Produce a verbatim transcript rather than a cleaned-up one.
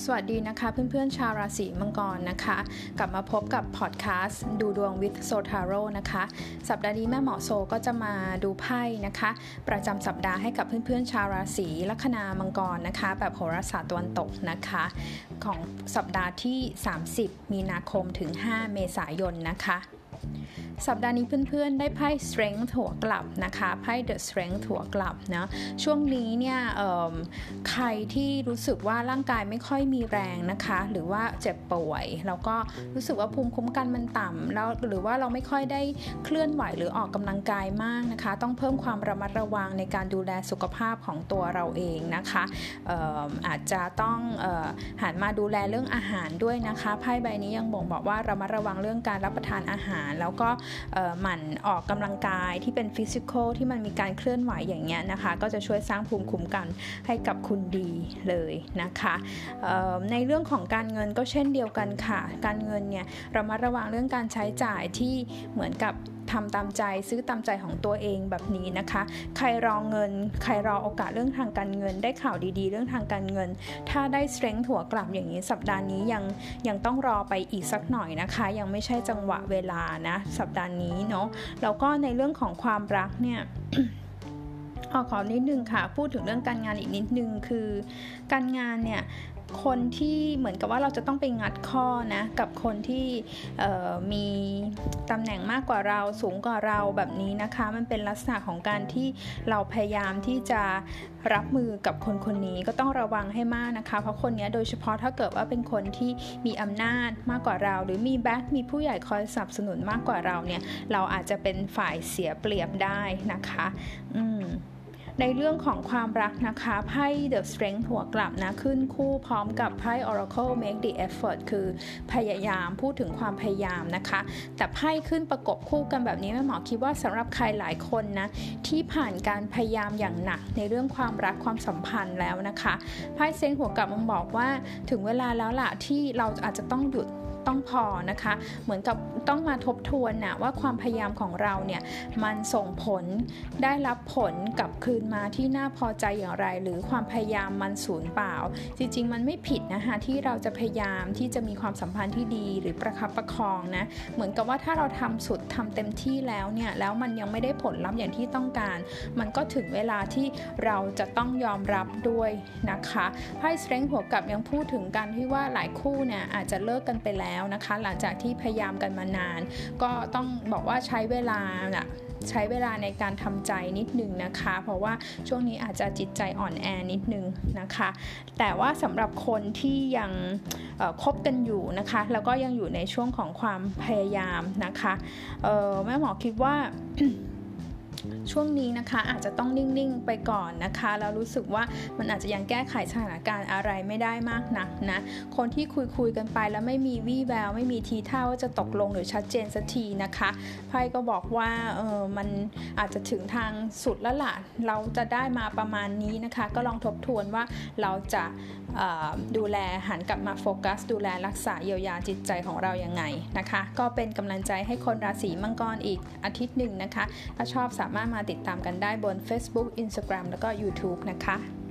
สวัสดีนะคะเพื่อนๆชาวราศีมังกรนะคะกลับมาพบกับพอดแคสต์ดูดวง with Sotaro นะคะสัปดาห์นี้แม่หมอโซก็จะมาดูไพ่นะคะประจำสัปดาห์ให้กับเพื่อนๆชาวราศีลัคนามังกรนะคะแบบโหราศาสตร์ตะวันตกนะคะของสัปดาห์ที่สามสิบมีนาคมถึงห้าเมษายนนะคะสัปดาห์นี้เพื่อนๆได้ไพ่ Strength หัวกลับนะคะไพ่ The Strength หัวกลับนะช่วงนี้เนี่ยใครที่รู้สึกว่าร่างกายไม่ค่อยมีแรงนะคะหรือว่าเจ็บป่วยแล้วก็รู้สึกว่าภูมิคุ้มกันมันต่ำแล้วหรือว่าเราไม่ค่อยได้เคลื่อนไหวหรือออกกำลังกายมากนะคะต้องเพิ่มความระมัดระวังในการดูแลสุขภาพของตัวเราเองนะคะเอ่ออาจจะต้องเอ่อหันมาดูแลเรื่องอาหารด้วยนะคะไพ่ใบนี้ยังบ่งบอกว่าระมัดระวังเรื่องการรับประทานอาหารแล้วก็หมั่นออกกำลังกายที่เป็นฟิสิกอลที่มันมีการเคลื่อนไหวอย่างเงี้ยนะคะก็จะช่วยสร้างภูมิคุ้มกันให้กับคุณดีเลยนะคะในเรื่องของการเงินก็เช่นเดียวกันค่ะการเงินเนี่ยระมัดระวังเรื่องการใช้จ่ายที่เหมือนกับทำตามใจซื้อตามใจของตัวเองแบบนี้นะคะใครรอเงินใครรอโอกาสเรื่องทางการเงินได้ข่าวดีๆเรื่องทางการเงินถ้าได้ Strength หัวกลับอย่างนี้สัปดาห์นี้ยังยังต้องรอไปอีกสักหน่อยนะคะยังไม่ใช่จังหวะเวลานะสัปดาห์นี้เนาะแล้วก็ในเรื่องของความรักเนี่ย ขอขอนิดนึงค่ะพูดถึงเรื่องการงานอีกนิดนึงคือการงานเนี่ยคนที่เหมือนกับว่าเราจะต้องไปงัดข้อนะกับคนที่มีตำแหน่งมากกว่าเราสูงกว่าเราแบบนี้นะคะมันเป็นลักษณะของการที่เราพยายามที่จะรับมือกับคนคนนี้ก็ต้องระวังให้มากนะคะเพราะคนนี้โดยเฉพาะถ้าเกิดว่าเป็นคนที่มีอำนาจมากกว่าเราหรือมีแบ็คมีผู้ใหญ่คอยสนับสนุนมากกว่าเราเนี่ยเราอาจจะเป็นฝ่ายเสียเปรียบได้นะคะอืมในเรื่องของความรักนะคะไพ่ The Strength หัวกลับนะขึ้นคู่พร้อมกับไพ่ Oracle Make the Effort คือพยายามพูดถึงความพยายามนะคะแต่ไพ่ขึ้นประกบคู่กันแบบนี้แม่หมอคิดว่าสำหรับใครหลายคนนะที่ผ่านการพยายามอย่างหนักในเรื่องความรักความสัมพันธ์แล้วนะคะไพ่ Strength หัวกลับมันบอกว่าถึงเวลาแล้วล่ะที่เราอาจจะต้องหยุดต้องพอนะคะเหมือนกับต้องมาทบทวนนะว่าความพยายามของเราเนี่ยมันส่งผลได้รับผลกลับคืนมาที่น่าพอใจอย่างไรหรือความพยายามมันสูญเปล่าจริงๆมันไม่ผิดนะคะที่เราจะพยายามที่จะมีความสัมพันธ์ที่ดีหรือประคับประคองนะเหมือนกับว่าถ้าเราทำสุดทำเต็มที่แล้วเนี่ยแล้วมันยังไม่ได้ผลลัพธ์อย่างที่ต้องการมันก็ถึงเวลาที่เราจะต้องยอมรับด้วยนะคะไพ่ Strength หัวกลับยังพูดถึงกันที่ว่าหลายคู่เนี่ยอาจจะเลิกกันไปแล้วนะคะหลังจากที่พยายามกันมานานก็ต้องบอกว่าใช้เวลาน่ะใช้เวลาในการทำใจนิดนึงนะคะเพราะว่าช่วงนี้อาจจะจิตใจอ่อนแอนิดนึงนะคะแต่ว่าสำหรับคนที่ยังคบกันอยู่นะคะแล้วก็ยังอยู่ในช่วงของความพยายามนะคะแม่หมอคิดว่า ช่วงนี้นะคะอาจจะต้องนิ่งๆไปก่อนนะคะแล้วรู้สึกว่ามันอาจจะยังแก้ไขสถานการณ์อะไรไม่ได้มากนักนะคนที่คุยๆกันไปแล้วไม่มีวี่แววไม่มีทีท่าว่าจะตกลงหรือชัดเจนสักทีนะคะไพ่ก็บอกว่าเออมันอาจจะถึงทางสุดแล้วล่ะเราจะได้มาประมาณนี้นะคะก็ลองทบทวนว่าเราจะดูแลหันกลับมาโฟกัสดูแลรักษาเยียวยาจิตใจของเรายังไงนะคะก็เป็นกำลังใจให้คนราศีมังกรอีกอาทิตย์หนึ่งนะคะถ้าชอบสามารถมาติดตามกันได้บน Facebook Instagram แล้วก็ YouTube นะคะ